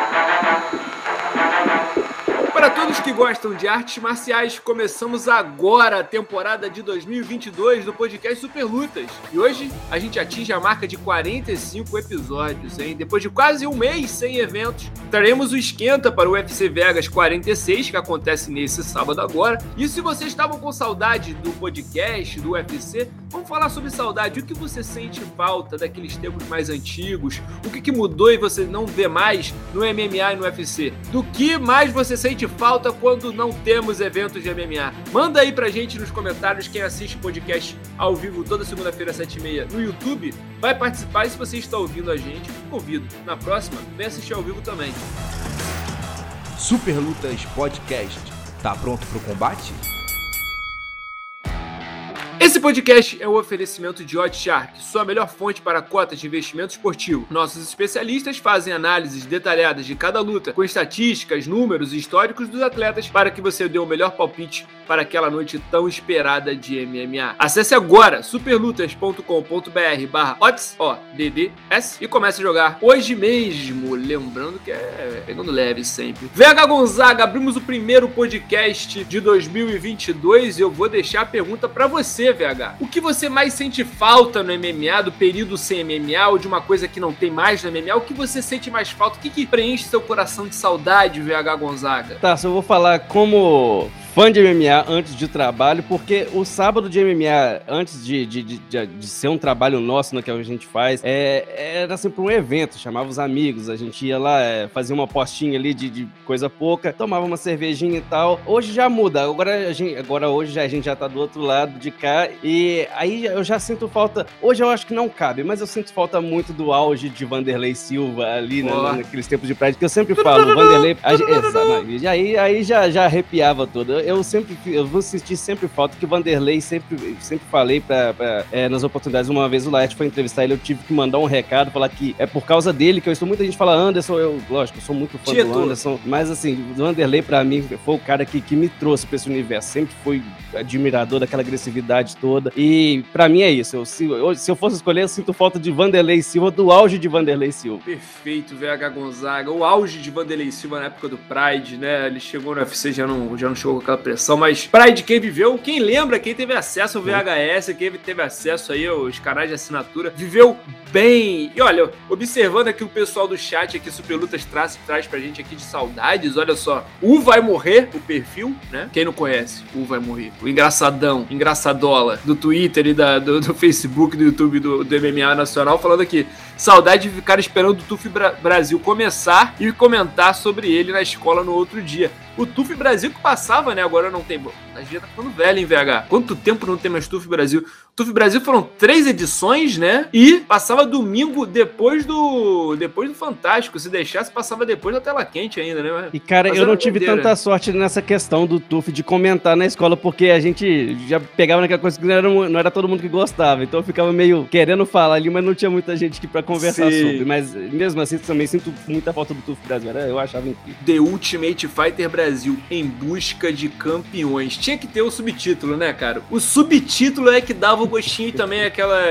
Para todos que gostam de artes marciais, começamos agora a temporada de 2022 do podcast Super Lutas. E hoje a gente atinge a marca de 45 episódios, hein? Depois de quase um mês sem eventos, traremos o esquenta para o UFC Vegas 46, que acontece nesse sábado agora. E se vocês estavam com saudade do podcast, do UFC, vamos falar sobre saudade. O que você sente falta daqueles tempos mais antigos? O que mudou e você não vê mais no MMA e no UFC? Do que mais você sente falta quando não temos eventos de MMA? Manda aí pra gente nos comentários. Quem assiste o podcast ao vivo toda segunda-feira às 7h30 no YouTube vai participar. E se você está ouvindo a gente, convido. Na próxima, vem assistir ao vivo também. Super Lutas Podcast. Tá pronto pro combate? Esse podcast é um oferecimento de Oddshark, sua melhor fonte para cotas de investimento esportivo. Nossos especialistas fazem análises detalhadas de cada luta, com estatísticas, números e históricos dos atletas, para que você dê o melhor palpite para aquela noite tão esperada de MMA. Acesse agora superlutas.com.br/odds, ODDS, e comece a jogar hoje mesmo. Lembrando que é pegando leve sempre. VH Gonzaga, abrimos o primeiro podcast de 2022 e eu vou deixar a pergunta para você, VH. O que você mais sente falta no MMA, do período sem MMA, ou de uma coisa que não tem mais no MMA? O que você sente mais falta? O que preenche seu coração de saudade, VH Gonzaga? Tá, só vou falar como fã de MMA antes de trabalho, porque o sábado de MMA, antes de ser um trabalho nosso, que a gente faz, era sempre um evento, chamava os amigos, a gente ia lá, fazia uma postinha ali de coisa pouca, tomava uma cervejinha e tal. Hoje já muda, hoje a gente já tá do outro lado de cá, e aí eu já sinto falta, hoje eu acho que não cabe, mas eu sinto falta muito do auge de Vanderlei Silva ali, naqueles tempos de Pride, que eu sempre falo, Vanderlei, aí já arrepiava todo. Eu vou sentir sempre falta que o Vanderlei sempre falei nas oportunidades. Uma vez o Laerte foi entrevistar ele, eu tive que mandar um recado, falar que é por causa dele que eu estou. Muita gente fala Anderson, lógico, eu sou muito fã do Anderson, mas assim, o Vanderlei pra mim foi o cara que me trouxe pra esse universo, sempre fui admirador daquela agressividade toda, e pra mim é isso. Se eu fosse escolher, eu sinto falta de Vanderlei Silva, do auge de Vanderlei Silva. Perfeito, VH Gonzaga, o auge de Vanderlei Silva na época do Pride, né? Ele chegou no UFC, já não chegou com aquela pressão, mas Pride, quem viveu, quem lembra, quem teve acesso ao VHS, quem teve acesso aí aos canais de assinatura, viveu bem. E olha, observando aqui o pessoal do chat aqui, Super Lutas traz pra gente aqui de saudades, olha só, o Vai Morrer, o perfil, né? Quem não conhece, o Vai Morrer, o engraçadola do Twitter e do Facebook, do YouTube, do MMA Nacional, falando aqui, saudade de ficar esperando o TUF Brasil começar e comentar sobre ele na escola no outro dia. O TUF Brasil que passava, né? Agora não tem. A gente tá ficando velho, hein, VH? Quanto tempo não tem mais TUF Brasil? TUF Brasil foram 3 edições, né? E passava domingo depois do Fantástico. Se deixasse, passava depois da Tela Quente ainda, né? E, cara, eu não tive tanta sorte nessa questão do TUF de comentar na escola, porque a gente já pegava naquela coisa que não era todo mundo que gostava. Então eu ficava meio querendo falar ali, mas não tinha muita gente pra conversar sobre. Mas mesmo assim, também sinto muita falta do TUF Brasil. Eu achava incrível. The Ultimate Fighter Brasil, em busca de campeões. Tinha que ter o subtítulo, né, cara? O subtítulo é que dava o gostinho e também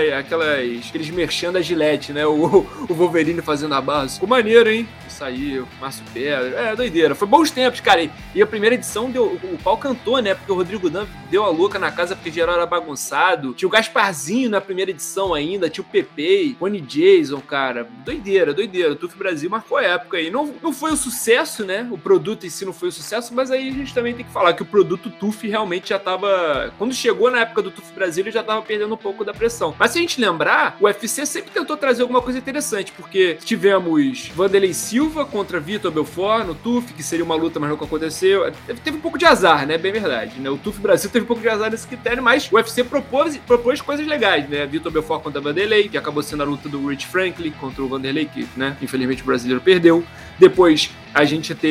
aqueles merchan da Gillette, né? O Wolverine fazendo a barra. Ficou maneiro, hein? Isso aí, o Márcio Pedra. Doideira. Foi bons tempos, cara. E a primeira edição o pau cantou, né? Porque o Rodrigo Dan deu a louca na casa porque geral era bagunçado. Tinha o Gasparzinho na primeira edição ainda. Tinha o Pepe, Rony Jason, cara. Doideira. O TUF Brasil marcou a época aí. Não foi um sucesso, né? O produto em si não foi um sucesso, mas aí a gente também tem que falar que o produto TUF realmente já tava... Quando chegou na época do TUF Brasil, ele já tava perdendo um pouco da pressão. Mas se a gente lembrar, o UFC sempre tentou trazer alguma coisa interessante, porque tivemos Vanderlei Silva contra Vitor Belfort no TUF, que seria uma luta, mas nunca aconteceu. Teve um pouco de azar, né? Bem verdade, né? O TUF Brasil teve um pouco de azar nesse critério, mas o UFC propôs coisas legais, né? Vitor Belfort contra Vanderlei, que acabou sendo a luta do Rich Franklin contra o Vanderlei, que, né? Infelizmente o brasileiro perdeu. Depois a gente teve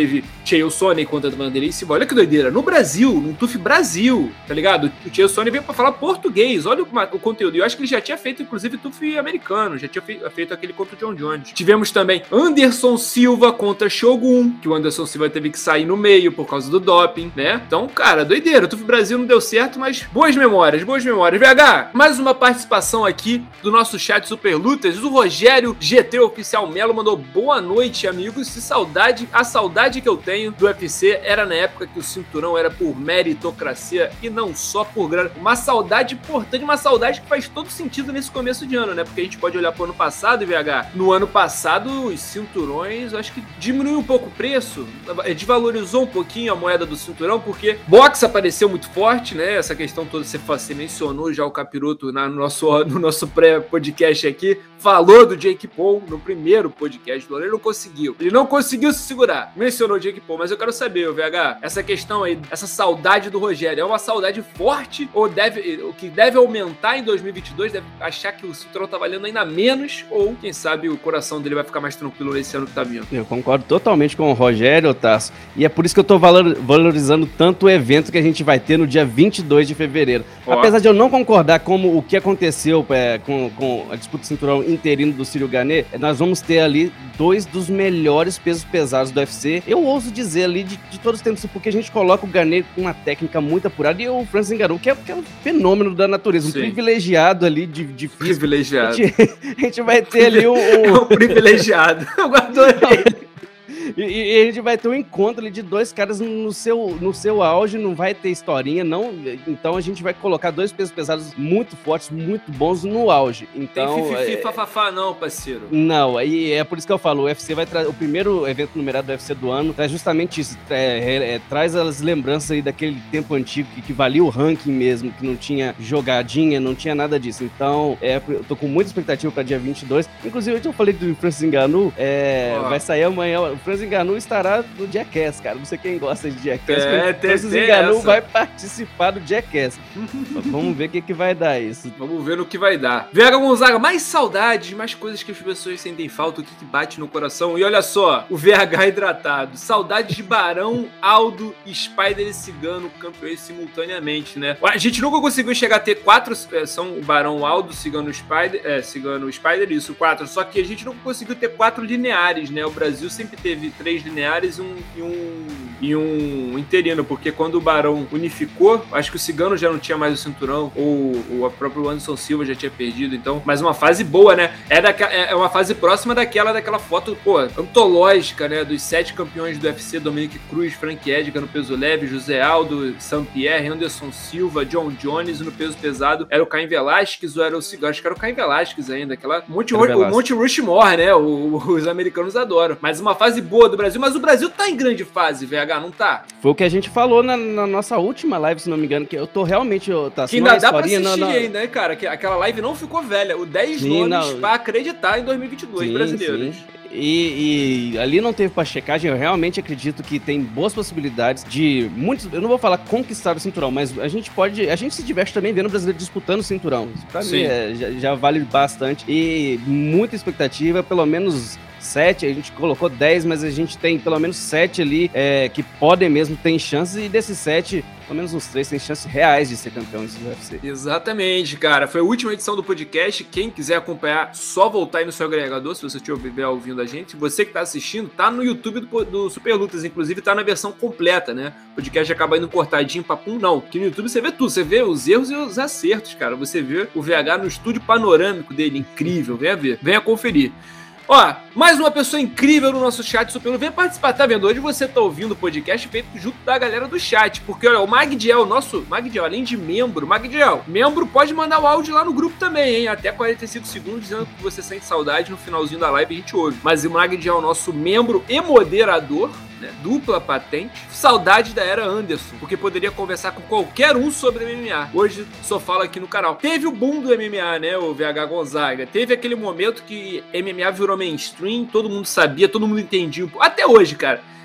Chael Sonnen contra Vanderlei Silva. Olha que doideira. No Brasil, no TUF Brasil, tá ligado? O Chael Sonnen veio pra falar português. Olha o conteúdo. Eu acho que ele já tinha feito, inclusive, TUF americano. Já tinha feito aquele contra o John Jones. Tivemos também Anderson Silva contra Shogun, que o Anderson Silva teve que sair no meio por causa do doping, né? Então, cara, doideira. O TUF Brasil não deu certo, mas boas memórias, boas memórias. VH, mais uma participação aqui do nosso chat Super Lutas. O Rogério GT Oficial Melo mandou boa noite, amigos. Se saudade, a saudade que eu tenho do UFC era na época que o cinturão era por meritocracia e não só por grana. Uma saudade importante, uma saudade que faz todo sentido nesse começo de ano, né? Porque a gente pode olhar pro ano passado, VH. No ano passado, os cinturões, acho que diminuiu um pouco o preço, desvalorizou um pouquinho a moeda do cinturão, porque boxe apareceu muito forte, né? Essa questão toda, você mencionou já o Capiroto no nosso pré-podcast aqui, falou do Jake Paul no primeiro podcast do ano, ele não conseguiu se segurar, mencionou o Jake Paul, mas eu quero saber, VH, essa questão aí, essa saudade do Rogério, é uma saudade forte ou o que deve aumentar em 2022, deve achar que o cinturão tá valendo ainda menos, ou quem sabe o coração dele vai ficar mais tranquilo nesse ano que tá vindo? Eu concordo totalmente com o Rogério, Tasso, e é por isso que eu tô valorizando tanto o evento que a gente vai ter no dia 22 de fevereiro. Apesar de eu não concordar com o que aconteceu com a disputa do cinturão interino do Ciro Gane, nós vamos ter ali dois dos melhores pesos pesados do UFC. Eu ouso dizer ali de todos os tempos, porque a gente coloca o Gane com uma técnica muito apurada e o Francis Ngannou, que é um fenômeno da natureza, um privilegiado ali de físico. Privilegiado. A gente vai ter ali um privilegiado. Eu adorei. E a gente vai ter um encontro ali de dois caras no seu auge, não vai ter historinha, não. Então a gente vai colocar dois pesos pesados muito fortes, muito bons no auge. Então, tem fififi, fafafá não, parceiro. Não, aí é por isso que eu falo, o UFC vai trazer, o primeiro evento numerado do UFC do ano, traz justamente isso, traz as lembranças aí daquele tempo antigo que valia o ranking mesmo, que não tinha jogadinha, não tinha nada disso. Então, eu tô com muita expectativa pra dia 22. Inclusive, hoje eu falei do Francis Ngannou, vai sair amanhã, o Francis Ngannou estará no Jackass, cara. Não sei quem gosta de Jackass. Francis Ngannou vai participar do Jackass. Vamos ver o que vai dar isso. Vamos ver no que vai dar. VH Gonzaga, mais saudades, mais coisas que as pessoas sentem falta, o que bate no coração. E olha só, o VH hidratado. Saudades de Barão, Aldo, Spider e Cigano, campeões simultaneamente, né? A gente nunca conseguiu chegar a ter 4, são o Barão, Aldo, Cigano, Spider, isso, 4. Só que a gente nunca conseguiu ter 4 lineares, né? O Brasil sempre teve 3 lineares e um interino, porque quando o Barão unificou, acho que o Cigano já não tinha mais o cinturão, ou o próprio Anderson Silva já tinha perdido, então, mas uma fase boa, né? É uma fase próxima daquela foto, antológica, né? Dos 7 campeões do UFC, Dominique Cruz, Frank Edgar no peso leve, José Aldo, Saint-Pierre, Anderson Silva, John Jones, e no peso pesado era o Caim Velasquez ou era o Cigano? Acho que era o Caim Velasquez ainda, o Monte Rushmore, né? Os americanos adoram. Mas uma fase boa do Brasil, mas o Brasil tá em grande fase, VH, não tá? Foi o que a gente falou na nossa última live, se não me engano, que eu tô realmente... Que ainda dá pra assistir ainda, né, cara? Que aquela live não ficou velha. O 10 nomes pra acreditar em 2022, brasileiros. Sim. E ali não teve pra checagem, eu realmente acredito que tem boas possibilidades de muitos, eu não vou falar conquistar o cinturão, mas a gente se diverte também vendo o brasileiro disputando o cinturão. Isso pra mim já vale bastante e muita expectativa, pelo menos 7, a gente colocou 10, mas a gente tem pelo menos 7 ali que podem mesmo, tem chances, e desses 7, pelo menos uns 3 têm chances reais de ser campeões do UFC. Exatamente, cara. Foi a última edição do podcast. Quem quiser acompanhar, só voltar aí no seu agregador, se você estiver ouvindo a gente. Você que tá assistindo, tá no YouTube do Super Lutas, inclusive tá na versão completa, né? O podcast acaba indo cortadinho, papum, não. Porque no YouTube você vê tudo, você vê os erros e os acertos, cara. Você vê o VH no estúdio panorâmico dele, incrível. Venha ver, venha conferir. Ó, mais uma pessoa incrível no nosso chat Super. Vem participar, tá vendo? Hoje você tá ouvindo o podcast feito junto da galera do chat, porque olha, o Magdiel, além de membro, membro pode mandar o áudio lá no grupo também, hein? Até 45 segundos, dizendo que você sente saudade, no finalzinho da live a gente ouve. Mas o Magdiel, nosso membro e moderador, né? Dupla patente, saudade da era Anderson, porque poderia conversar com qualquer um sobre MMA. Hoje só fala aqui no canal. Teve o boom do MMA, né, o VH Gonzaga. Teve aquele momento que MMA virou mainstream, todo mundo sabia, todo mundo entendia. Até hoje, cara.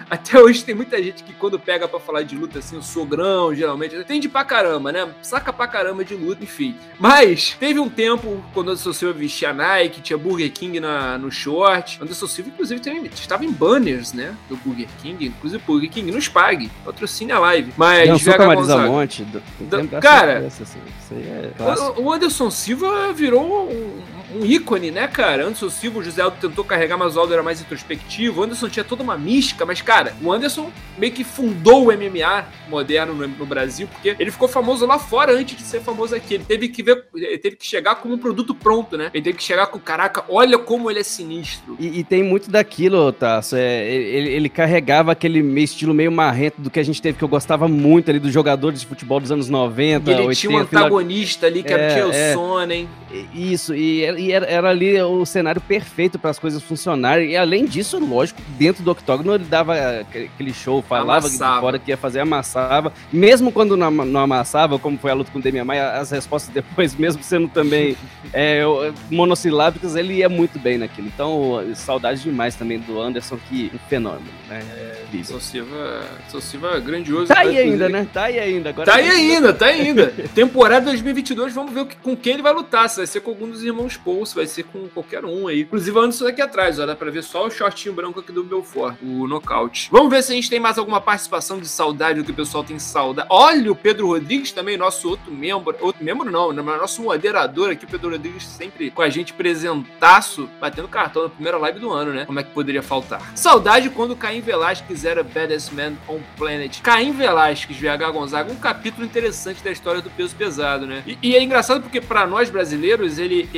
Até hoje tem muita gente que quando pega pra falar de luta, assim, o sogrão, geralmente, entende pra caramba, né? Saca pra caramba de luta, enfim. Mas teve um tempo, quando o Anderson Silva vestia Nike, tinha Burger King no short. Anderson Silva, inclusive, estava em banners, né? Do Burger King. Inclusive, Burger King nos pague. Patrocine a live. Mas dançou com a Marisa Monte. Cara, isso aí é o Anderson Silva virou um ícone, né, cara? Anderson Silva, o José Aldo tentou carregar, mas o Aldo era mais introspectivo. O Anderson tinha toda uma mística, mas, cara, o Anderson meio que fundou o MMA moderno no Brasil, porque ele ficou famoso lá fora antes de ser famoso aqui. Ele teve que chegar como um produto pronto, né? Ele teve que chegar com, caraca, olha como ele é sinistro. E tem muito daquilo, Tasso. Ele carregava aquele estilo meio marrento do que a gente teve, que eu gostava muito ali dos jogadores de futebol dos anos 90, e ele 80, tinha um antagonista ali, que era o Chael Sonnen. Isso, e era ali o cenário perfeito para as coisas funcionarem. E além disso, lógico, dentro do octógono ele dava aquele show, falava de fora que ia fazer, amassava. Mesmo quando não amassava, como foi a luta com o Demian Maia, as respostas depois, mesmo sendo também monossilábicas, ele ia muito bem naquilo. Então, saudade demais também do Anderson, que um fenômeno, né? São Silva grandioso. Tá aí ainda, né? Tá aí ainda. Agora tá ainda. Temporada 2022, vamos ver com quem ele vai lutar. Se vai ser com algum dos irmãos Paul, se vai ser com qualquer um aí. Inclusive, o Anderson aqui atrás, ó, dá pra ver só o shortinho branco aqui do Belfort, o nocaute. Vamos ver se a gente tem mais alguma participação de saudade, do que o pessoal tem saudade. Olha, o Pedro Rodrigues também, nosso outro membro não, nosso moderador aqui, o Pedro Rodrigues sempre com a gente presentaço, batendo cartão na primeira live do ano, né? Como é que poderia faltar? Saudade quando o Caim Velasquez era Baddest Man on Planet. Caim Velasquez, VH Gonzaga, um capítulo interessante da história do peso pesado, né? E é engraçado porque pra nós brasileiros, ele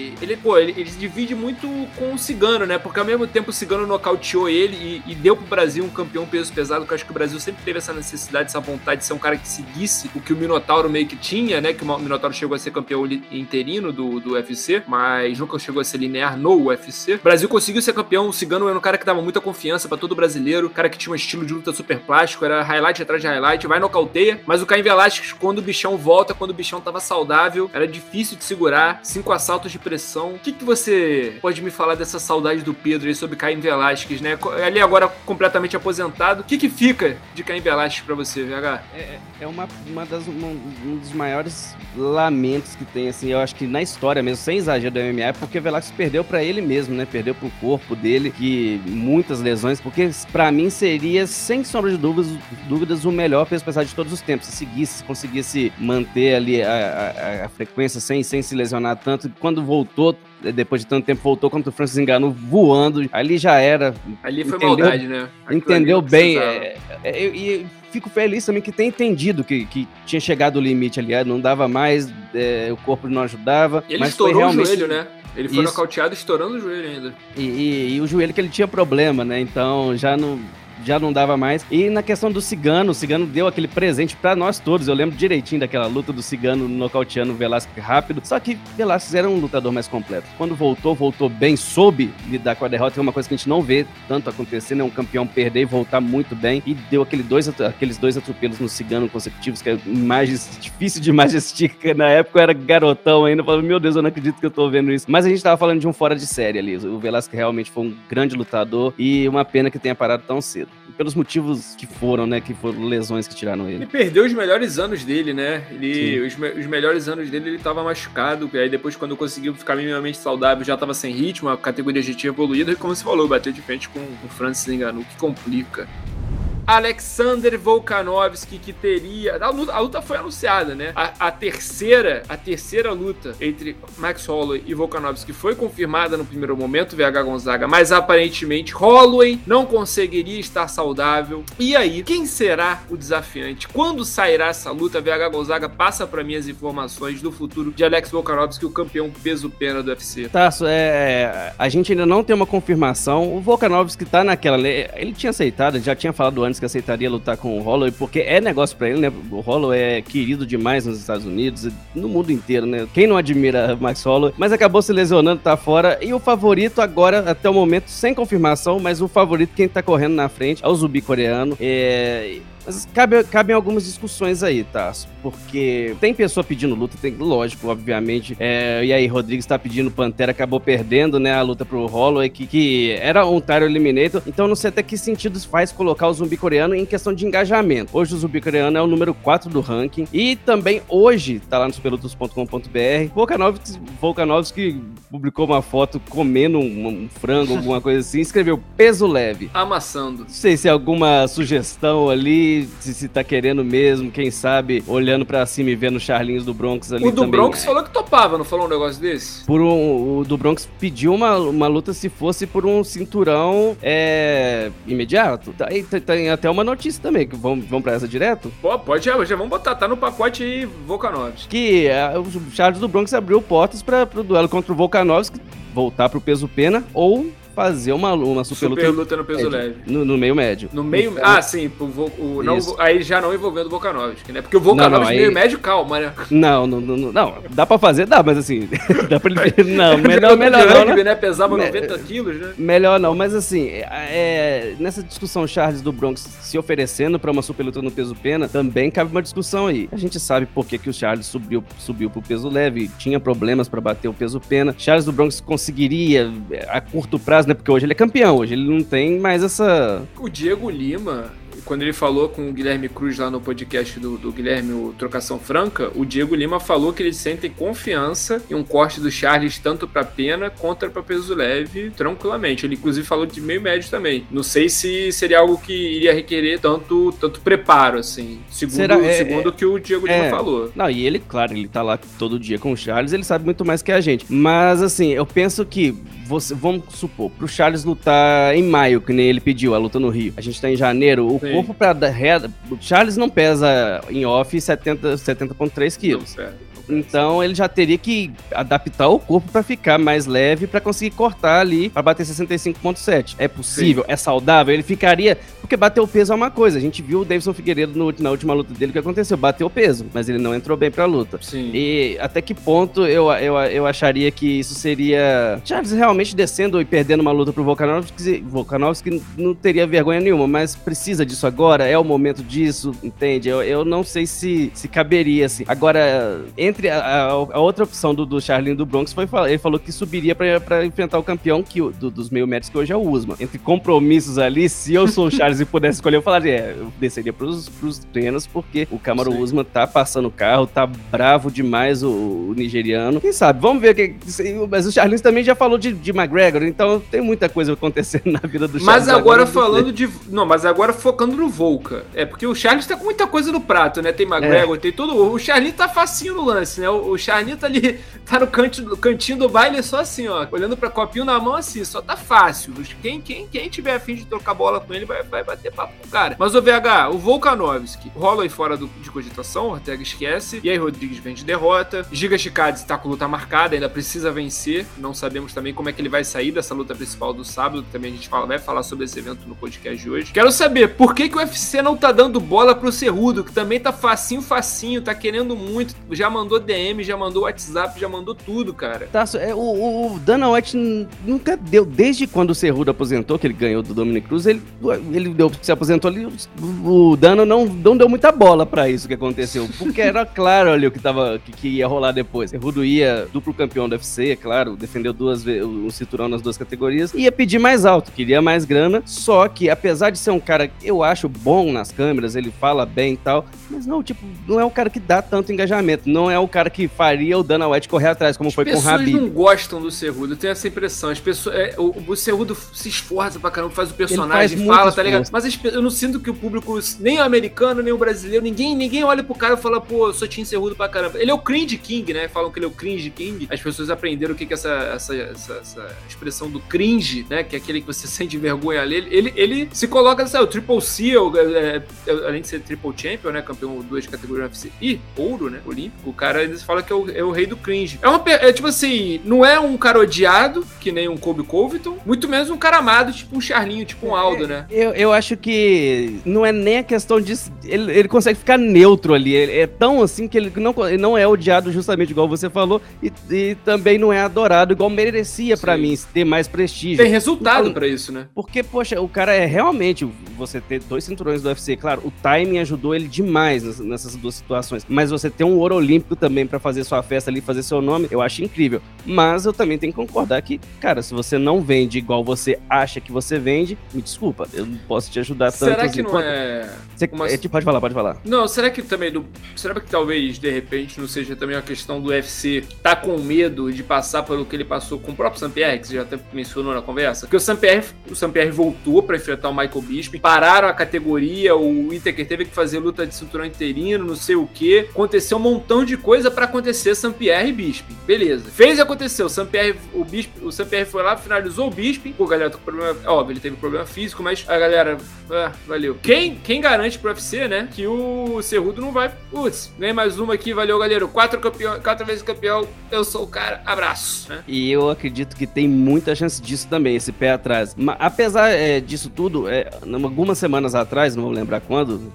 divide muito com o Cigano, né? Porque ao mesmo tempo o Cigano nocauteou ele e deu pro Brasil um campeão peso pesado, que eu acho que o Brasil sempre teve essa necessidade, essa vontade de ser um cara que seguisse o que o Minotauro meio que tinha, né? Que o Minotauro chegou a ser campeão interino do UFC, mas nunca chegou a ser linear no UFC. O Brasil conseguiu ser campeão, o Cigano era um cara que dava muita confiança pra todo brasileiro, cara que tinha um estilo de luta super plástico, era highlight atrás de highlight, vai nocauteia, mas o Caim Velasquez, quando o bichão volta, quando o bichão tava saudável, era difícil de segurar, 5 assaltos de pressão. O que você pode me falar dessa saudade do Pedro aí sobre Caim Velasquez, né? Ali agora completamente aposentado, o que fica de Caim Velasquez pra você, VH? É um dos maiores lamentos que tem, assim, eu acho que na história mesmo, sem exagero do MMA, porque Velasquez perdeu pra ele mesmo, né? Perdeu pro corpo dele, que muitas lesões, porque pra mim seria, sem sombra de dúvidas, o melhor peso pesado de todos os tempos. Se conseguisse manter ali a frequência sem se lesionar tanto. Quando voltou, depois de tanto tempo, voltou contra o Francis Ngannou voando. Ali já era. Ali foi maldade, né? Entendeu bem. E fico feliz também que tem entendido que tinha chegado o limite ali. Não dava mais, o corpo não ajudava. Ele estourou o joelho, né? Ele foi nocauteado estourando o joelho ainda. E o joelho que ele tinha problema, né? Então já não dava mais. E na questão do Cigano, o Cigano deu aquele presente pra nós todos. Eu lembro direitinho daquela luta do Cigano nocauteando o Velasquez rápido. Só que Velasquez era um lutador mais completo. Quando voltou bem, soube lidar com a derrota, que é uma coisa que a gente não vê tanto acontecer, né? Um campeão perder e voltar muito bem. E deu aqueles dois atropelos no Cigano consecutivos, que é imagens difícil de majestica. Na época eu era garotão ainda, eu falava, meu Deus, eu não acredito que eu tô vendo isso. Mas a gente tava falando de um fora de série ali. O Velasquez realmente foi um grande lutador e uma pena que tenha parado tão cedo. Pelos motivos que foram, né? Que foram lesões que tiraram ele. Ele perdeu os melhores anos dele, né? Os melhores anos dele, ele tava machucado. Aí depois, quando conseguiu ficar minimamente saudável, já tava sem ritmo, a categoria já tinha evoluído. E como você falou, bateu de frente com o Francis Ngannou, que complica. Alexander Volkanovski, que teria... A luta foi anunciada, né? A terceira luta entre Max Holloway e Volkanovski foi confirmada no primeiro momento, VH Gonzaga, mas aparentemente Holloway não conseguiria estar saudável. E aí, quem será o desafiante? Quando sairá essa luta? VH Gonzaga, passa pra mim as informações do futuro de Alex Volkanovski, o campeão peso-pena do UFC. Tasso, a gente ainda não tem uma confirmação. O Volkanovski tá naquela... Ele tinha aceitado, já tinha falado antes que aceitaria lutar com o Holloway, porque é negócio pra ele, né? O Holloway é querido demais nos Estados Unidos, no mundo inteiro, né? Quem não admira Max Holloway? Mas acabou se lesionando, tá fora. E o favorito agora, até o momento, sem confirmação, mas o favorito, quem tá correndo na frente, é o Zumbi coreano. Mas cabem algumas discussões aí, tá? Porque tem pessoa pedindo luta, tem, lógico, obviamente. E aí, Rodrigues tá pedindo Pantera, acabou perdendo, né, a luta pro Holloway, que era um title eliminator. Então, não sei até que sentido faz colocar o zumbi coreano em questão de engajamento. Hoje, o zumbi coreano é o número 4 do ranking. E também, hoje, tá lá no superlutas.com.br, Volkanovski publicou uma foto comendo um frango, alguma coisa assim, escreveu peso leve. Amassando. Não sei se é alguma sugestão ali, se tá querendo mesmo, quem sabe, olhando pra cima e vendo o Charlinhos do Bronx ali. O do também, Bronx falou que topava, não falou um negócio desse? O do Bronx pediu uma luta se fosse por um cinturão imediato. Tem até uma notícia também, que vamos pra essa direto? Pô, pode já vamos botar, tá no pacote aí, Volkanovski. Que o Charles do Bronx abriu portas pro duelo contra o Volkanovski, voltar pro peso pena ou fazer uma super luta no peso leve. No meio médio. No meio... sim, aí já não envolvendo o Volkanovski, né? Porque o Volkanovski meio médio, calma, né? Não, dá pra fazer, dá, mas assim, dá pra ele... Não, melhor não, rugby, né? Pesava 90 quilos, né? Melhor não, mas assim, nessa discussão Charles do Bronx se oferecendo pra uma super luta no peso pena, também cabe uma discussão aí. A gente sabe por que o Charles subiu pro peso leve, tinha problemas pra bater o peso pena. Charles do Bronx conseguiria, a curto prazo, né? Porque hoje ele é campeão, hoje ele não tem mais essa... O Diego Lima, quando ele falou com o Guilherme Cruz lá no podcast do Guilherme, o Trocação Franca, o Diego Lima falou que eles sentem confiança em um corte do Charles tanto pra pena quanto pra peso leve, tranquilamente. Ele inclusive falou de meio médio também. Não sei se seria algo que iria requerer tanto preparo, assim, segundo o que o Diego Lima falou. Não, e ele, claro, ele tá lá todo dia com o Charles, ele sabe muito mais que a gente. Mas, assim, eu penso que vamos supor, pro Charles lutar em maio, que nem ele pediu, a luta no Rio. A gente tá em janeiro, o corpo pra... O Charles não pesa em off 70,3 quilos. Então ele já teria que adaptar o corpo pra ficar mais leve, pra conseguir cortar ali, pra bater 65,7. É possível? Sim. É saudável? Ele ficaria... Porque bater o peso é uma coisa. A gente viu o Davidson Figueiredo na última luta dele, o que aconteceu? Bateu o peso, mas ele não entrou bem pra luta. Sim. E até que ponto eu acharia que isso seria... Charles realmente descendo e perdendo uma luta pro Volkanovski não teria vergonha nenhuma, mas precisa disso agora? É o momento disso? Entende? Eu não sei se caberia, assim. Agora, entre a outra opção do Charlinho do Bronx ele falou que subiria pra enfrentar o campeão dos meio médios, que hoje é o Usman. Entre compromissos ali, se eu sou o Charles e pudesse escolher, eu falaria, eu desceria pros treinos, porque o Kamaru Usman tá passando o carro, tá bravo demais o nigeriano. Quem sabe? Vamos ver. Mas o Charlinho também já falou de McGregor, então tem muita coisa acontecendo na vida do Charles. Mas agora falando de... Não, mas agora focando no Volka. Porque o Charles tá com muita coisa no prato, né? Tem McGregor, tem todo... O Charlinho tá facinho no lance, né? O Charlinho tá ali, tá no cantinho do baile só assim, ó, olhando pra copinho na mão assim, só tá fácil. Quem tiver afim de trocar bola com ele vai bater papo com o cara. Mas o VH, o Volkanovski, rola aí fora de cogitação, o Ortega esquece, e aí Rodrigues vem de derrota, Giga Chikadze tá com luta marcada, ainda precisa vencer, não sabemos também como é que ele vai sair dessa luta principal do sábado, que também a gente vai falar sobre esse evento no podcast de hoje. Quero saber, por que o UFC não tá dando bola pro Cerrudo, que também tá facinho, tá querendo muito, já mandou DM, já mandou WhatsApp, já mandou tudo, cara. O Dana White nunca deu, desde quando o Cerrudo aposentou, que ele ganhou do Dominic Cruz, ele se aposentou ali, o Dana não deu muita bola pra isso que aconteceu, porque era claro ali o que ia rolar depois. Cerrudo ia duplo campeão do UFC, é claro, defendeu o cinturão nas duas categorias, ia pedir mais alto, queria mais grana, só que apesar de ser um cara, eu acho bom nas câmeras, ele fala bem e tal, mas não é o cara que dá tanto engajamento, não é o cara que faria o Dana White correr atrás, como foi com o Khabib. As pessoas não gostam do Cerrudo, eu tenho essa impressão. As pessoas, o Cerrudo se esforça pra caramba, faz o personagem, fala, tá ligado? Mas eu não sinto que o público, nem o americano, nem o brasileiro, ninguém olha pro cara e fala, pô, eu sou Team Cerrudo pra caramba. Ele é o Cringe King, né? Falam que ele é o Cringe King. As pessoas aprenderam o que é essa expressão do cringe, né? Que é aquele que você sente vergonha ali. Ele se coloca, sabe, o Triple C, além de ser Triple Champion, né? Campeão 2 de categoria UFC e ouro, né? Olímpico. O cara, eles falam que é o rei do cringe. Tipo assim, não é um cara odiado, que nem um Colby Covington, muito menos um cara amado, tipo um Charlinho, tipo um Aldo, né? Eu acho que não é nem a questão de... Ele consegue ficar neutro ali. É tão assim que ele não é odiado justamente igual você falou e também não é adorado igual merecia pra mim ter mais prestígio. Tem resultado pra isso, né? Porque, poxa, o cara é realmente... Você ter 2 cinturões do UFC, claro, o timing ajudou ele demais nessas 2 situações. Mas você ter um ouro olímpico também pra fazer sua festa ali, fazer seu nome, eu acho incrível. Mas eu também tenho que concordar que, cara, se você não vende igual você acha que você vende, me desculpa, eu não posso te ajudar tanto. Será que não é... Pode falar. Não, será que também... Será que talvez, de repente, não seja também uma questão do UFC tá com medo de passar pelo que ele passou com o próprio Saint-Pierre, que você já até mencionou na conversa? Porque o Saint-Pierre voltou pra enfrentar o Michael Bisping, pararam a categoria, o Whittaker teve que fazer luta de cinturão interino, não sei o que. Aconteceu um montão de coisa pra acontecer Saint-Pierre e Bisping. Beleza. Fez e aconteceu. O Saint-Pierre foi lá, finalizou o Bisping. Pô, galera, tô com problema... Óbvio, ele teve problema físico, mas a galera... valeu. Quem garante pro UFC, né, que o Cerrudo não vai... Putz, ganhei mais uma aqui, valeu, galera. 4 vezes campeão, eu sou o cara, abraço. Né? E eu acredito que tem muita chance disso também, esse pé atrás. Mas, apesar disso tudo, algumas semanas atrás, não vou lembrar quando,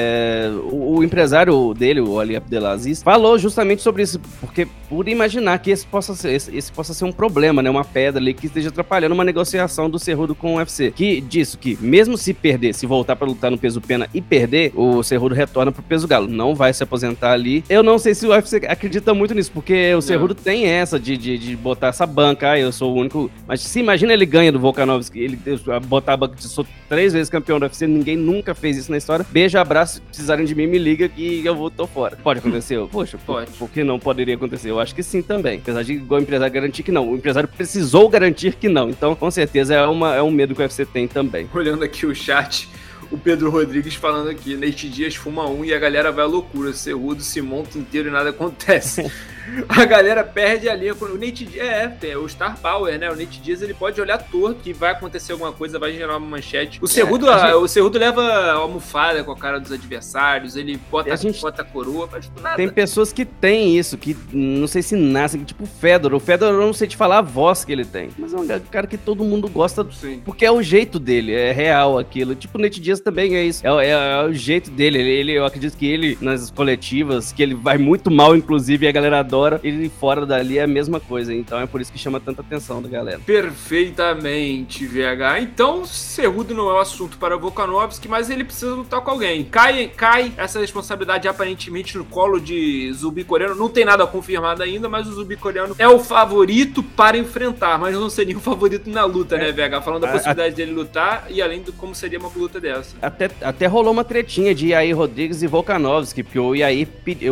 o empresário dele, o Ali Abdelaziz, falou justamente sobre isso, porque por imaginar que esse possa ser um problema, né, uma pedra ali que esteja atrapalhando uma negociação do Cerrudo com o UFC. Que mesmo se perder, se voltar pra lutar no peso pena e perder, o Cerrudo retorna pro peso galo, não vai se aposentar ali. Eu não sei se o UFC acredita muito nisso, porque o Cerrudo tem essa de botar essa banca, eu sou o único, mas se imagina ele ganha do Volkanovski, ele botar a banca de sou 3 vezes campeão do UFC, ninguém nunca fez isso na história, beijo, abraço, se precisarem de mim, me liga que eu tô fora. Pode acontecer? Poxa, pode. Por que não poderia acontecer? Eu acho que sim também, apesar de igual o empresário garantir que não, o empresário precisou garantir que não, então com certeza é um medo que o UFC tem também. Olhando aqui o chat, o Pedro Rodrigues falando aqui, Nate Diaz fuma e a galera vai à loucura, Cerrudo se monta inteiro e nada acontece. A galera perde a linha. O Nate Diaz tem o Star Power, né? O Nate Diaz, ele pode olhar torto que vai acontecer alguma coisa, vai gerar uma manchete. O Cerrudo leva a almofada com a cara dos adversários, ele bota a coroa, faz nada. Tem pessoas que têm isso, que não sei se nascem, tipo o Fedor. O Fedor, eu não sei te falar a voz que ele tem, mas é um cara que todo mundo gosta, sim, porque é o jeito dele, é real aquilo. Tipo, o Nate Diaz também é isso, é o jeito dele. Eu acredito que ele, nas coletivas, que ele vai muito mal, inclusive, e a galera adora, ele fora dali é a mesma coisa, então é por isso que chama tanta atenção da galera. Perfeitamente, VH. Então, Cerrudo não é o assunto para Volkanovski, mas ele precisa lutar com alguém. Cai essa responsabilidade aparentemente no colo de Zumbi coreano, não tem nada confirmado ainda, mas o Zumbi coreano é o favorito para enfrentar, mas não seria o favorito na luta, né, VH? Falando da possibilidade dele lutar e além de como seria uma luta dessa. Até rolou uma tretinha de Yair Rodrigues e Volkanovski, porque o Yair,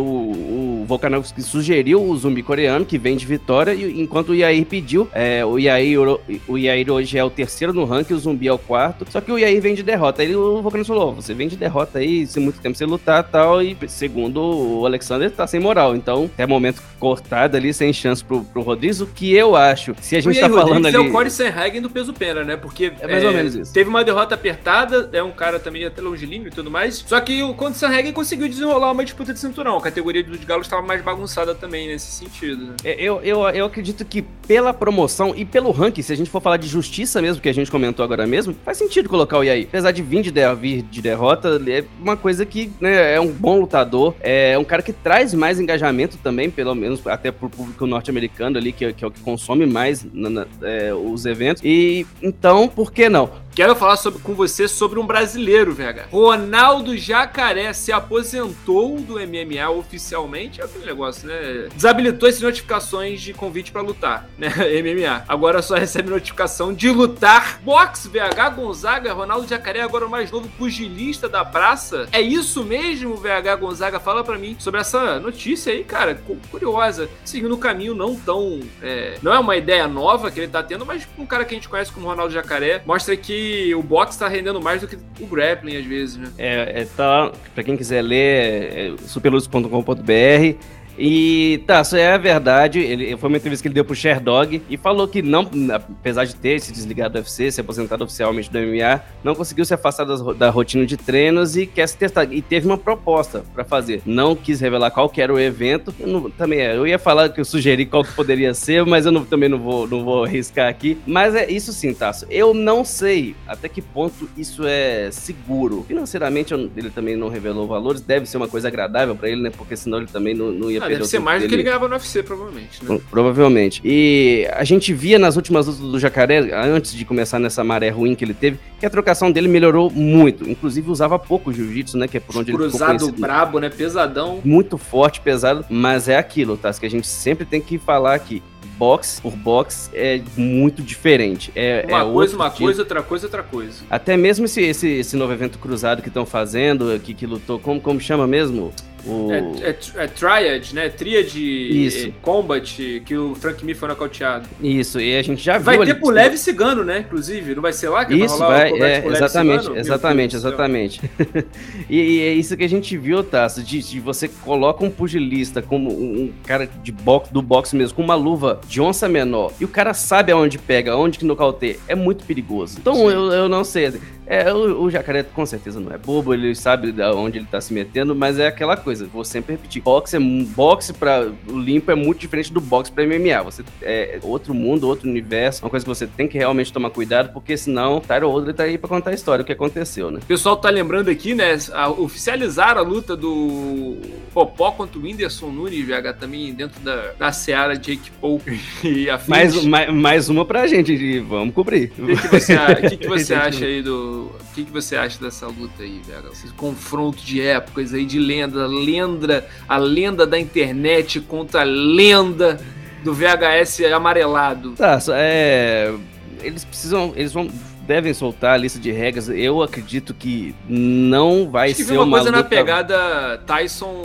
o Volkanovski sugeriu o Zumbi coreano, que vem de vitória, enquanto o Yair pediu. O Yair hoje é o 3º no ranking, o Zumbi é o 4º, só que o Yair vem de derrota. Aí o Volkanovski falou, você vem de derrota aí, se muito tempo você lutar e tal, e segundo o Alexander, tá sem moral. Então, até momento cortado ali, sem chance pro Rodrigues, o que eu acho, se a gente tá falando ali... é o Corey Sandhagen do peso pena, né? Porque é mais ou menos isso. Teve uma derrota apertada, é um cara também até longilíneo e tudo mais, só que o Corey Sandhagen conseguiu desenrolar uma disputa de cinturão. A categoria dos galos estava mais bagunçada também nesse sentido, né? Eu acredito que pela promoção e pelo ranking, se a gente for falar de justiça mesmo, que a gente comentou agora mesmo, faz sentido colocar o Yair. Apesar de vir de derrota, é uma coisa que, né, é um bom lutador, é um cara que traz mais engajamento também, pelo menos até pro público norte-americano ali, que é o que consome mais os eventos. E então, por que não? Quero falar com você sobre um brasileiro, VH. Ronaldo Jacaré se aposentou do MMA oficialmente. É aquele negócio, né? Desabilitou as notificações de convite pra lutar, né? MMA. Agora só recebe notificação de lutar. Boxe, VH Gonzaga. Ronaldo Jacaré, agora o mais novo pugilista da praça. É isso mesmo, VH Gonzaga? Fala pra mim sobre essa notícia aí, cara. Curiosa. Seguindo um caminho não tão... não é uma ideia nova que ele tá tendo, mas um cara que a gente conhece como Ronaldo Jacaré mostra que o boxe tá rendendo mais do que o grappling às vezes, né? Tá, pra quem quiser ler, superluz.com.br. E tá, isso é a verdade. Foi uma entrevista que ele deu pro Sherdog e falou que não, apesar de ter se desligado do UFC, se aposentado oficialmente do MMA, não conseguiu se afastar da rotina de treinos e quer se testar. E teve uma proposta pra fazer. Não quis revelar qual que era o evento. Eu ia falar que eu sugeri qual que poderia ser, mas eu também não vou arriscar aqui. Mas é isso sim, Tasso. Eu não sei até que ponto isso é seguro. Financeiramente, ele também não revelou valores. Deve ser uma coisa agradável pra ele, né? Porque senão ele também não ia deve ser mais do que ele ganhava no UFC, provavelmente, né? Provavelmente. E a gente via nas últimas lutas do Jacaré, antes de começar nessa maré ruim que ele teve, que a trocação dele melhorou muito. Inclusive usava pouco o jiu-jitsu, né? Que é por onde ele ficou cruzado brabo, né? Pesadão. Muito forte, pesado, mas é aquilo, tá? Que a gente sempre tem que falar aqui. Boxe por boxe é muito diferente. Uma coisa, outra coisa. Até mesmo esse novo evento cruzado que estão fazendo, que lutou, como chama mesmo? É Triad, né? Tríade Combat, que o Frank Mir foi nocauteado. Isso, e a gente já viu. Vai ter pro Leve Cigano, né? Inclusive, não vai ser lá que isso, vai rolar o exatamente. E é isso que a gente viu, Tasso, de você coloca um pugilista como um cara do boxe mesmo, com uma luva de onça menor, e o cara sabe aonde pega, aonde que nocauteia, é muito perigoso. Então eu não sei. O Jacaré com certeza não é bobo, ele sabe onde ele tá se metendo, mas é aquela coisa, vou sempre repetir, boxe pra limpo é muito diferente do boxe pra MMA, você é outro mundo, outro universo, uma coisa que você tem que realmente tomar cuidado, porque senão Tyron Woodley tá aí pra contar a história, o que aconteceu, né? O pessoal tá lembrando aqui, né, oficializaram a luta do Popó contra o Whindersson Nunes, VH, também dentro da seara Jake Paul e afins. Mais uma pra gente, vamos cobrir. O que você acha aí O que você acha dessa luta aí, velho? Esse confronto de épocas aí, de a lenda da internet contra a lenda do VHS amarelado. Tá, devem soltar a lista de regras. Eu acredito que não vai ser uma coisa luta... na pegada Tyson...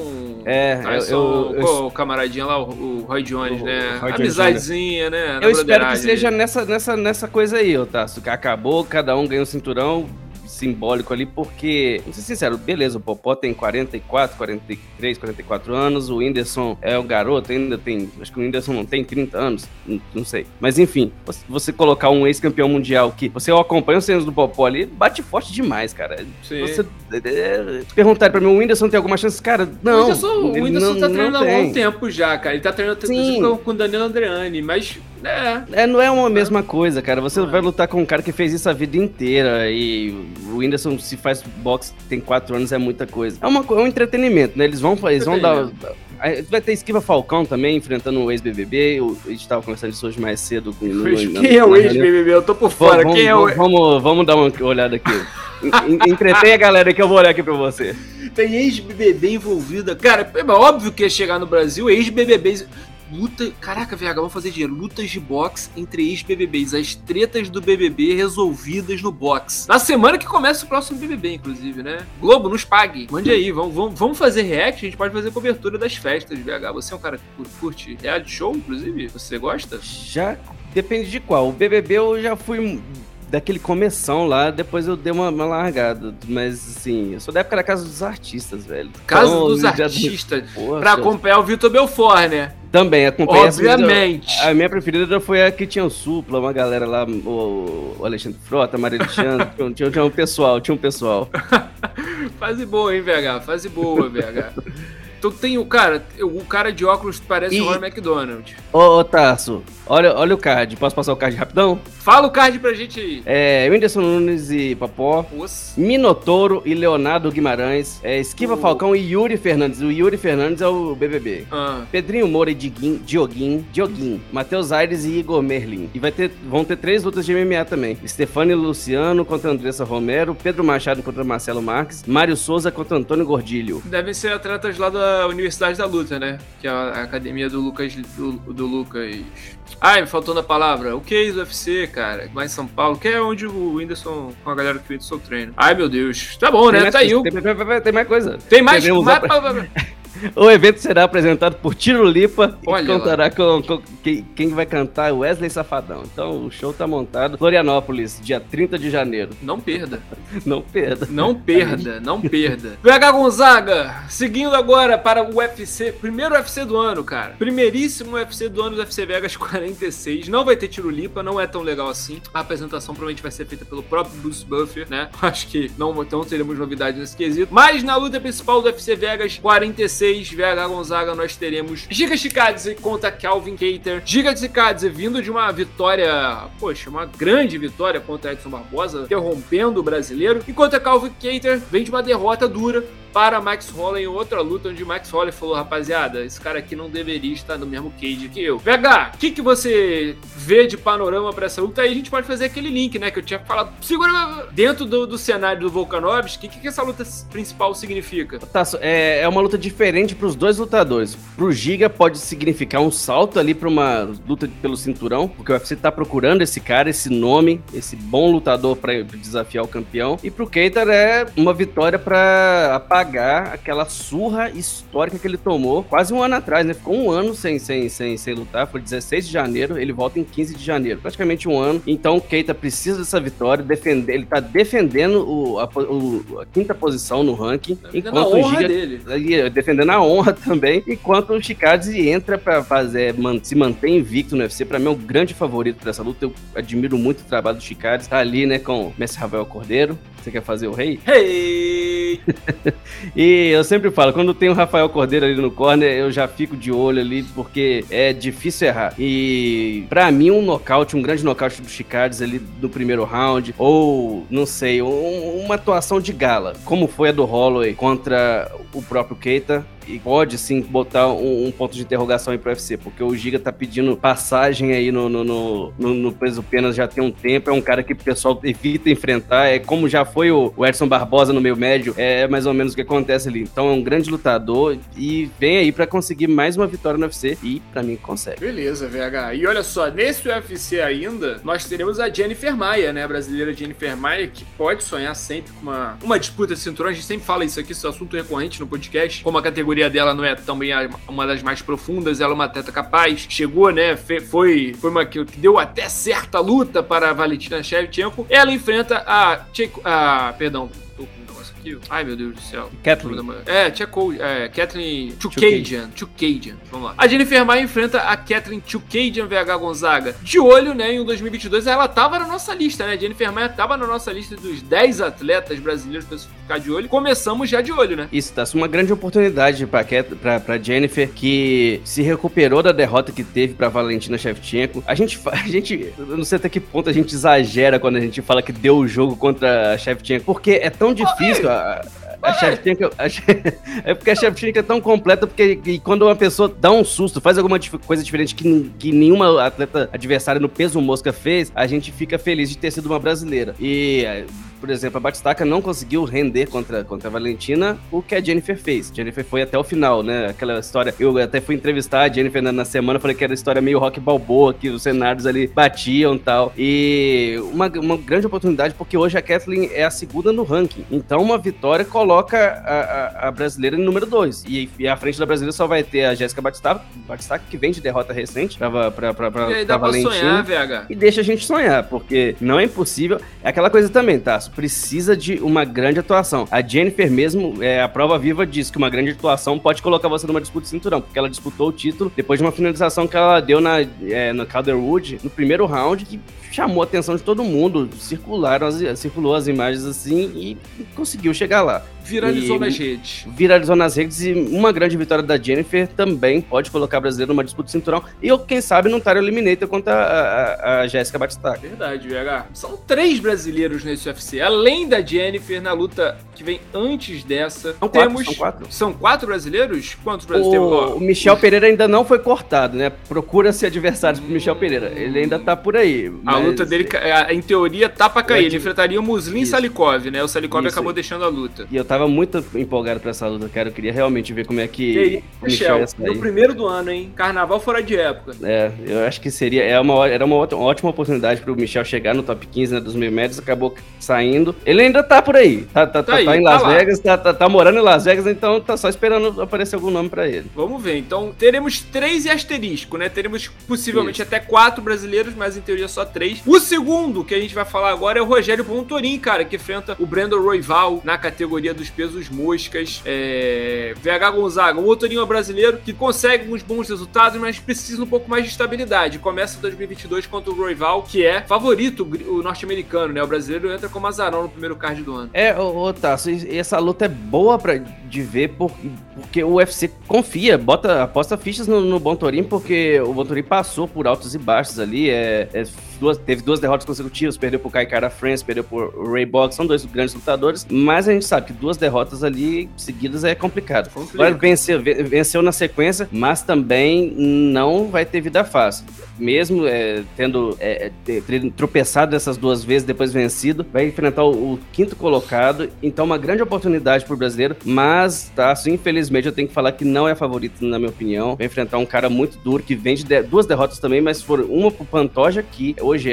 o camaradinha lá, o Roy Jones, né? Amizadezinha, né? Eu espero que seja nessa coisa aí, Tasso, que acabou, cada um ganha um cinturão simbólico ali, porque, vamos ser sincero, beleza, o Popó tem 44, 43, 44 anos, o Whindersson é um garoto, ainda tem, acho que o Whindersson não tem 30 anos, não sei. Mas enfim, você colocar um ex-campeão mundial que você acompanha os treinos do Popó ali, bate forte demais, cara. Sim. Você perguntar pra mim, o Whindersson tem alguma chance? Cara, não. O Whindersson tá treinando há um tempo já, cara. Ele tá treinando com o Danilo Andreani, mas... não é uma mesma coisa, cara. Você vai lutar com um cara que fez isso a vida inteira e o Whindersson, se faz boxe, tem 4 anos, é muita coisa. É um entretenimento, né? Eles vão dar... Vai ter Esquiva Falcão também, enfrentando o ex-BBB. A gente tava conversando disso hoje mais cedo. Quem é o ex-BBB? Eu tô por fora. Quem é o... Vamos dar uma olhada aqui. Entretém a galera que eu vou olhar aqui pra você. Tem ex-BBB envolvida. Cara, é óbvio que ia chegar no Brasil ex-BBBs... Caraca, VH, vamos fazer dinheiro. Lutas de boxe entre ex-BBBs. As tretas do BBB resolvidas no boxe. Na semana que começa o próximo BBB, inclusive, né? Globo, nos pague. Mande aí, vamos fazer react. A gente pode fazer cobertura das festas, VH. Você é um cara que curte reality show, inclusive? Você gosta? Já depende de qual. O BBB eu já fui... daquele começão lá, depois eu dei uma largada, mas assim, eu sou da época da Casa dos Artistas, velho. Casa dos Artistas, pra acompanhar o Vitor Belfort, né? Também, acompanhei. Obviamente. A minha preferida foi a que tinha o Supla, uma galera lá, o Alexandre Frota, a Maria Alexandre, tinha um pessoal. Fase boa, hein, VH? Fase boa, VH. Então tem o cara de óculos parece o Ron McDonald. Ô, Tarso, olha o card. Posso passar o card rapidão? Fala o card pra gente aí. Whindersson Nunes e Popó. Minotouro e Leonardo Guimarães. Esquiva Falcão e Yuri Fernandes. O Yuri Fernandes é o BBB. Pedrinho Moura e Dioguin. Matheus Aires e Igor Merlin. E vão ter 3 lutas de MMA também. Stefani Luciano contra Andressa Romero. Pedro Machado contra Marcelo Marques. Mário Souza contra Antônio Gordilho. Devem ser atletas lá da Universidade da Luta, né? Que é a academia do Lucas. Do Lucas. Ai, me faltou na palavra. O que é isso, UFC, cara? Lá em São Paulo, que é onde o Whindersson, com a galera que fez o seu treino. Ai, meu Deus. Tá bom, né? Tá aí. Tem mais coisa. Tem mais? O evento será apresentado por Tiro Lipa e contará com quem vai cantar Wesley Safadão. Então o show tá montado. Florianópolis, dia 30 de janeiro. Não perda. Não perda. Não perda, não perda. VH Gonzaga, seguindo agora para o UFC, primeiro UFC do ano, cara. Primeiríssimo UFC do ano do UFC Vegas 46. Não vai ter Tiro Lipa, não é tão legal assim. A apresentação provavelmente vai ser feita pelo próprio Bruce Buffer, né? Acho que não teremos novidades nesse quesito. Mas na luta principal do UFC Vegas 46, VH Gonzaga, nós teremos Giga Chikadze contra Calvin Kattar. Giga Chikadze vindo de uma vitória, uma grande vitória contra Edson Barbosa, interrompendo o brasileiro. Enquanto a Calvin Kattar vem de uma derrota dura para Max Holloway em outra luta, onde o Max Holloway falou, rapaziada, esse cara aqui não deveria estar no mesmo cage que eu. VH, o que você vê de panorama pra essa luta? Aí a gente pode fazer aquele link, né, que eu tinha falado. Segura dentro do cenário do Volkanovski, o que essa luta principal significa? Tasso, é uma luta diferente pros dois lutadores. Pro Giga pode significar um salto ali pra uma luta pelo cinturão, porque o UFC tá procurando esse cara, esse nome, esse bom lutador pra desafiar o campeão. E pro Kattar é uma vitória pra apagar aquela surra histórica que ele tomou quase um ano atrás, né? Ficou um ano sem lutar, foi 16 de janeiro, ele volta em 15 de janeiro, praticamente um ano. Então o Kattar precisa dessa vitória, ele tá defendendo a quinta posição no ranking, enquanto a honra o Giga dele. Defendendo a honra também, enquanto o Chikadze entra pra se manter invicto no UFC. Pra mim é o grande favorito pra essa luta. Eu admiro muito o trabalho do Chikadze, tá ali, né, com o Mestre Rafael Cordeiro. Você quer fazer o rei? Hey! E eu sempre falo, quando tem o Rafael Cordeiro ali no corner, eu já fico de olho ali, porque é difícil errar. E pra mim, um grande nocaute do Chikadze ali no primeiro round, ou, não sei, uma atuação de gala, como foi a do Holloway contra o próprio Kattar, e pode sim botar um ponto de interrogação aí pro UFC, porque o Giga tá pedindo passagem aí no peso pena já tem um tempo, é um cara que o pessoal evita enfrentar, é como já foi o Edson Barbosa no meio médio, é mais ou menos o que acontece ali. Então é um grande lutador e vem aí pra conseguir mais uma vitória no UFC e pra mim consegue. Beleza, VH. E olha só, nesse UFC ainda, nós teremos a Jennifer Maia, né, a brasileira Jennifer Maia, que pode sonhar sempre com uma disputa de cinturão. A gente sempre fala isso aqui, esse é um assunto recorrente no podcast, como a categoria dela não é também uma das mais profundas, ela é uma atleta capaz, chegou, né, foi uma que deu até certa luta para a Valentina Shevchenko. Ela enfrenta perdão, tô com um negócio aqui, ai meu Deus do céu. Kathleen Chookagian, vamos lá. A Jennifer Maia enfrenta a Kathleen Chookagian, VH Gonzaga. De olho, né, em 2022, ela tava na nossa lista, né, a Jennifer Maia tava na nossa lista dos 10 atletas brasileiros pra ficar de olho. Começamos já de olho, né? Isso, tá uma grande oportunidade pra Jennifer, que se recuperou da derrota que teve pra Valentina Shevchenko. A gente, eu não sei até que ponto a gente exagera quando a gente fala que deu o jogo contra a Shevchenko, porque é tão difícil. A Shevchenko, é porque a Shevchenko é tão completa, porque quando uma pessoa dá um susto, faz alguma coisa diferente que nenhuma atleta adversária no peso mosca fez, a gente fica feliz de ter sido uma brasileira. E, por exemplo, a Batistaca não conseguiu render contra a Valentina o que a Jennifer fez. Jennifer foi até o final, né? Aquela história, eu até fui entrevistar a Jennifer na semana, falei que era história meio Rock Balboa, que os cenários ali batiam e tal. E uma grande oportunidade, porque hoje a Kathleen é a segunda no ranking. Então uma vitória coloca a brasileira em número 2. E à frente da brasileira só vai ter a Jéssica Batistaca, que vem de derrota recente pra Valentina. Sonhar, VH. E deixa a gente sonhar, porque não é impossível. É aquela coisa também, tá? Precisa de uma grande atuação. A Jennifer mesmo, a prova viva diz que uma grande atuação pode colocar você numa disputa de cinturão, porque ela disputou o título depois de uma finalização que ela deu no Calderwood, no primeiro round, que chamou a atenção de todo mundo, circulou as imagens assim e conseguiu chegar lá. Viralizou nas redes. Viralizou nas redes e uma grande vitória da Jennifer também pode colocar a brasileira numa disputa de cinturão e eu, quem sabe, não estar eliminator contra a Jéssica Batistaca. Verdade, VH. São 3 brasileiros nesse UFC. Além da Jennifer, na luta que vem antes dessa, são temos... 4. São 4 brasileiros? Quantos brasileiros temos? O Michel Pereira ainda não foi cortado, né? Procura-se adversários pro Michel Pereira. Ele ainda tá por aí. A luta dele, em teoria, tá pra cair. Ele enfrentaria o Muslin Salikov, né? O Salikov acabou deixando a luta. E eu tava muito empolgado pra essa luta, cara. Eu queria realmente ver como é que o Michel ia sair. No primeiro do ano, hein? Carnaval fora de época. Eu acho que era uma ótima oportunidade pro Michel chegar no top 15, né, dos meio médios. Acabou saindo. Ele ainda tá por aí. Tá em Las Vegas, tá morando em Las Vegas, então tá só esperando aparecer algum nome pra ele. Vamos ver. Então, teremos 3 e asterisco, né? Teremos possivelmente até 4 brasileiros, mas em teoria só 3. O segundo que a gente vai falar agora é o Rogério Bontorin, cara, que enfrenta o Brandon Royval na categoria dos pesos moscas. VH Gonzaga, um outro brasileiro que consegue uns bons resultados, mas precisa um pouco mais de estabilidade. Começa em 2022 contra o Royval, que é favorito, o norte-americano, né? O brasileiro entra como azarão no primeiro card do ano. Tasso, essa luta é boa de ver, porque o UFC confia, aposta fichas no Bontorin, porque o Bontorin passou por altos e baixos ali, teve 2 derrotas consecutivas, perdeu pro Kai Kara France, perdeu pro Ray Borg, são 2 grandes lutadores, mas a gente sabe que 2 derrotas ali seguidas é complicado. Venceu na sequência, mas também não vai ter vida fácil. Mesmo tendo tropeçado essas 2 vezes, depois vencido, vai enfrentar o 5º colocado, então uma grande oportunidade pro brasileiro, mas, Tasso, infelizmente eu tenho que falar que não é favorito, na minha opinião. Vai enfrentar um cara muito duro, que vem de 2 derrotas também, mas foram uma pro Pantoja, que hoje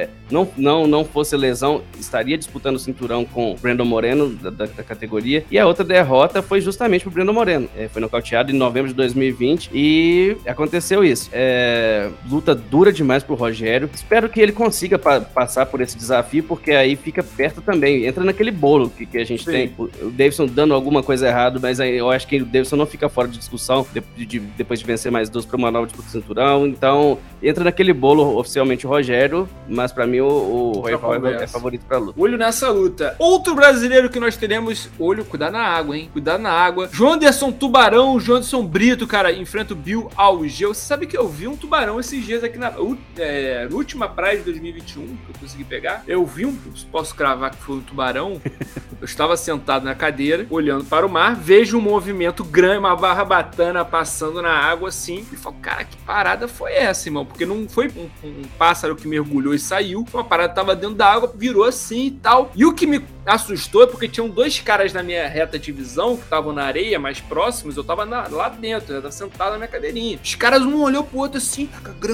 não fosse lesão, estaria disputando o cinturão com o Brandon Moreno, da categoria, e a outra derrota foi justamente pro Brandon Moreno. Foi nocauteado em novembro de 2020, e aconteceu isso. Luta dura demais pro Rogério. Espero que ele consiga passar por esse desafio, porque aí fica perto também. Entra naquele bolo que a gente tem. O Davidson dando alguma coisa errada, mas aí eu acho que o Davidson não fica fora de discussão depois de vencer mais 2 para uma nova disputa do cinturão. Então, entra naquele bolo oficialmente o Rogério, mas pra mim o Royval é favorito pra luta. Olho nessa luta. Outro brasileiro que nós teremos, cuidado na água, hein? Cuidado na água. Joanderson Tubarão, Joanderson Brito, cara, enfrenta o Bill Algeu. Você sabe que eu vi um tubarão esses dias aqui na última praia de 2021, que eu consegui pegar. Eu vi posso cravar que foi um tubarão. Eu estava sentado na cadeira, olhando para o mar, vejo um movimento grande, uma barbatana passando na água assim, e falo, cara, que parada foi essa, irmão? Porque não foi um pássaro que mergulhou e saiu, uma parada que tava dentro da água, virou assim e tal. E o que me assustou é porque tinham 2 caras na minha reta de visão, que estavam na areia, mais próximos, eu tava lá dentro, eu tava sentado na minha cadeirinha. Os caras, um olhou pro outro assim,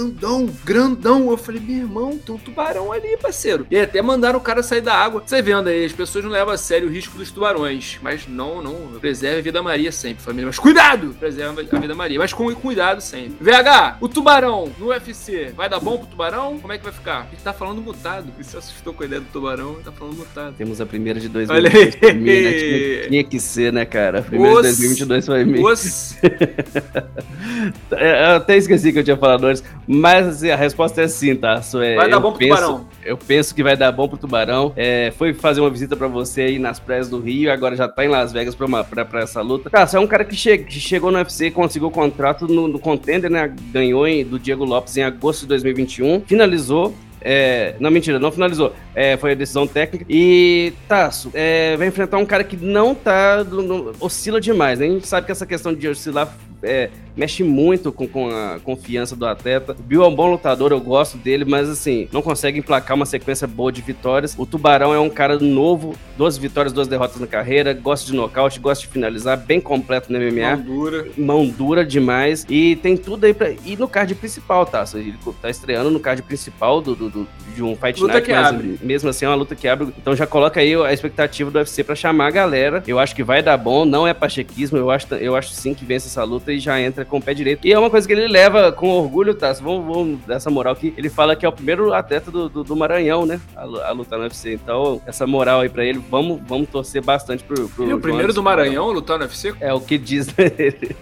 grandão. Eu falei, meu irmão, tem um tubarão ali, parceiro. E até mandaram o cara sair da água. Você vendo aí, as pessoas não levam a sério o risco dos tubarões, mas não, preserve a vida Maria sempre, família. Mas cuidado, preserve a vida Maria, mas com cuidado sempre. VH, o tubarão no UFC, vai dar bom pro tubarão? Como é que vai ficar? Ele tá falando mutado, ele se assustou com a ideia do tubarão, ele tá falando mutado. Temos a primeira de 2022, tinha que ser, né, cara? A primeira de 2022 foi minha. Eu até esqueci que eu tinha falado antes, mas assim, a resposta é sim, tá? Vai dar bom pro tubarão. Eu penso que vai dar bom pro tubarão. Foi fazer uma visita pra você aí nas praias do Rio, agora já tá em Las Vegas pra essa luta. Cara, você é um cara que chegou no UFC, conseguiu o contrato no Contender, né? Ganhou do Diego Lopes em agosto de 2021, finalizou. Não, mentira, não finalizou. Foi a decisão técnica. E Tasso, vai enfrentar um cara que não oscila demais, né? A gente sabe que essa questão de oscilar mexe muito com a confiança do atleta. O Bill é um bom lutador, eu gosto dele, mas assim, não consegue emplacar uma sequência boa de vitórias. O Tubarão é um cara novo, 2 vitórias, 2 derrotas na carreira, gosta de nocaute, gosta de finalizar, bem completo no MMA. Mão dura demais. E tem tudo aí pra ir no card principal, tá? Ele tá estreando no card principal de um Fight luta Night, mas abre. Mesmo assim é uma luta que abre. Então já coloca aí a expectativa do UFC pra chamar a galera. Eu acho que vai dar bom, não é pachequismo, eu acho sim que vence essa luta e já entra com o pé direito. E é uma coisa que ele leva com orgulho, tá? Vamos dar essa moral aqui. Ele fala que é o primeiro atleta do Maranhão, né? A lutar no UFC. Então, essa moral aí pra ele, vamos torcer bastante pro ele é o primeiro do Maranhão a lutar no UFC? É o que diz ele.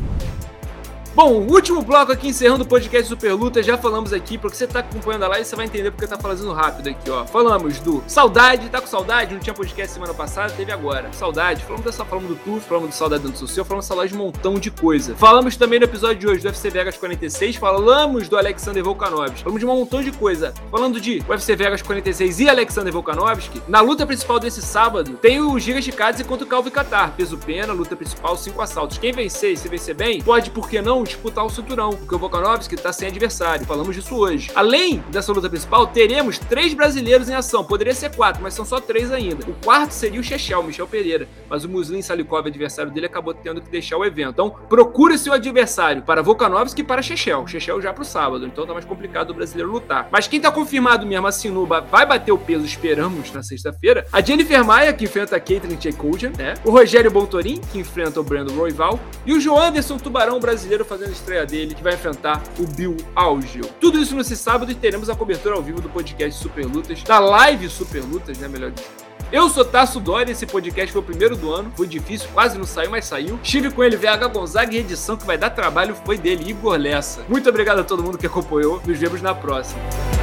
Bom, último bloco aqui, encerrando o podcast Super Luta. Já falamos aqui, porque você tá acompanhando a live, você vai entender porque tá fazendo rápido aqui, ó. Falamos do Saudade, tá com saudade? Não tinha podcast semana passada, teve agora. Saudade, falamos do Tuf, falamos do Saudade dentro do seu, falamos de saudade de um montão de coisa. Falamos também no episódio de hoje do UFC Vegas 46, falamos do Alexander Volkanovski, falamos de um montão de coisa. Falando de UFC Vegas 46 e Alexander Volkanovski, na luta principal desse sábado, tem o Giga Chikadze contra o Calvin Kattar. Peso pena, luta principal, 5 assaltos. Quem vencer e se vencer bem, pode, por que não, disputar o cinturão, porque o Volkanovski tá sem adversário. Falamos disso hoje. Além dessa luta principal, teremos 3 brasileiros em ação. Poderia ser 4, mas são só 3 ainda. O quarto seria o Chechel, Michel Pereira. Mas o Muslim Salikov, adversário dele, acabou tendo que deixar o evento. Então, procure seu adversário para Volkanovski e para Chechel. Chechel já pro sábado, então tá mais complicado o brasileiro lutar. Mas quem tá confirmado mesmo, a Sinuba vai bater o peso, esperamos, na sexta-feira. A Jennifer Maia, que enfrenta a Caitlin Chekhoudjian, né? O Rogério Bontorin, que enfrenta o Brandon Royval. E o Joanderson Tubarão, brasileiro, fazendo estreia dele, que vai enfrentar o Bill Algeu. Tudo isso nesse sábado, e teremos a cobertura ao vivo do podcast Super Lutas, da live Super Lutas, né, melhor dizendo. Eu sou Tasso Dória, esse podcast foi o primeiro do ano, foi difícil, quase não saiu, mas saiu. Estive com ele, VH Gonzaga, e a edição que vai dar trabalho foi dele, Igor Lessa. Muito obrigado a todo mundo que acompanhou, nos vemos na próxima.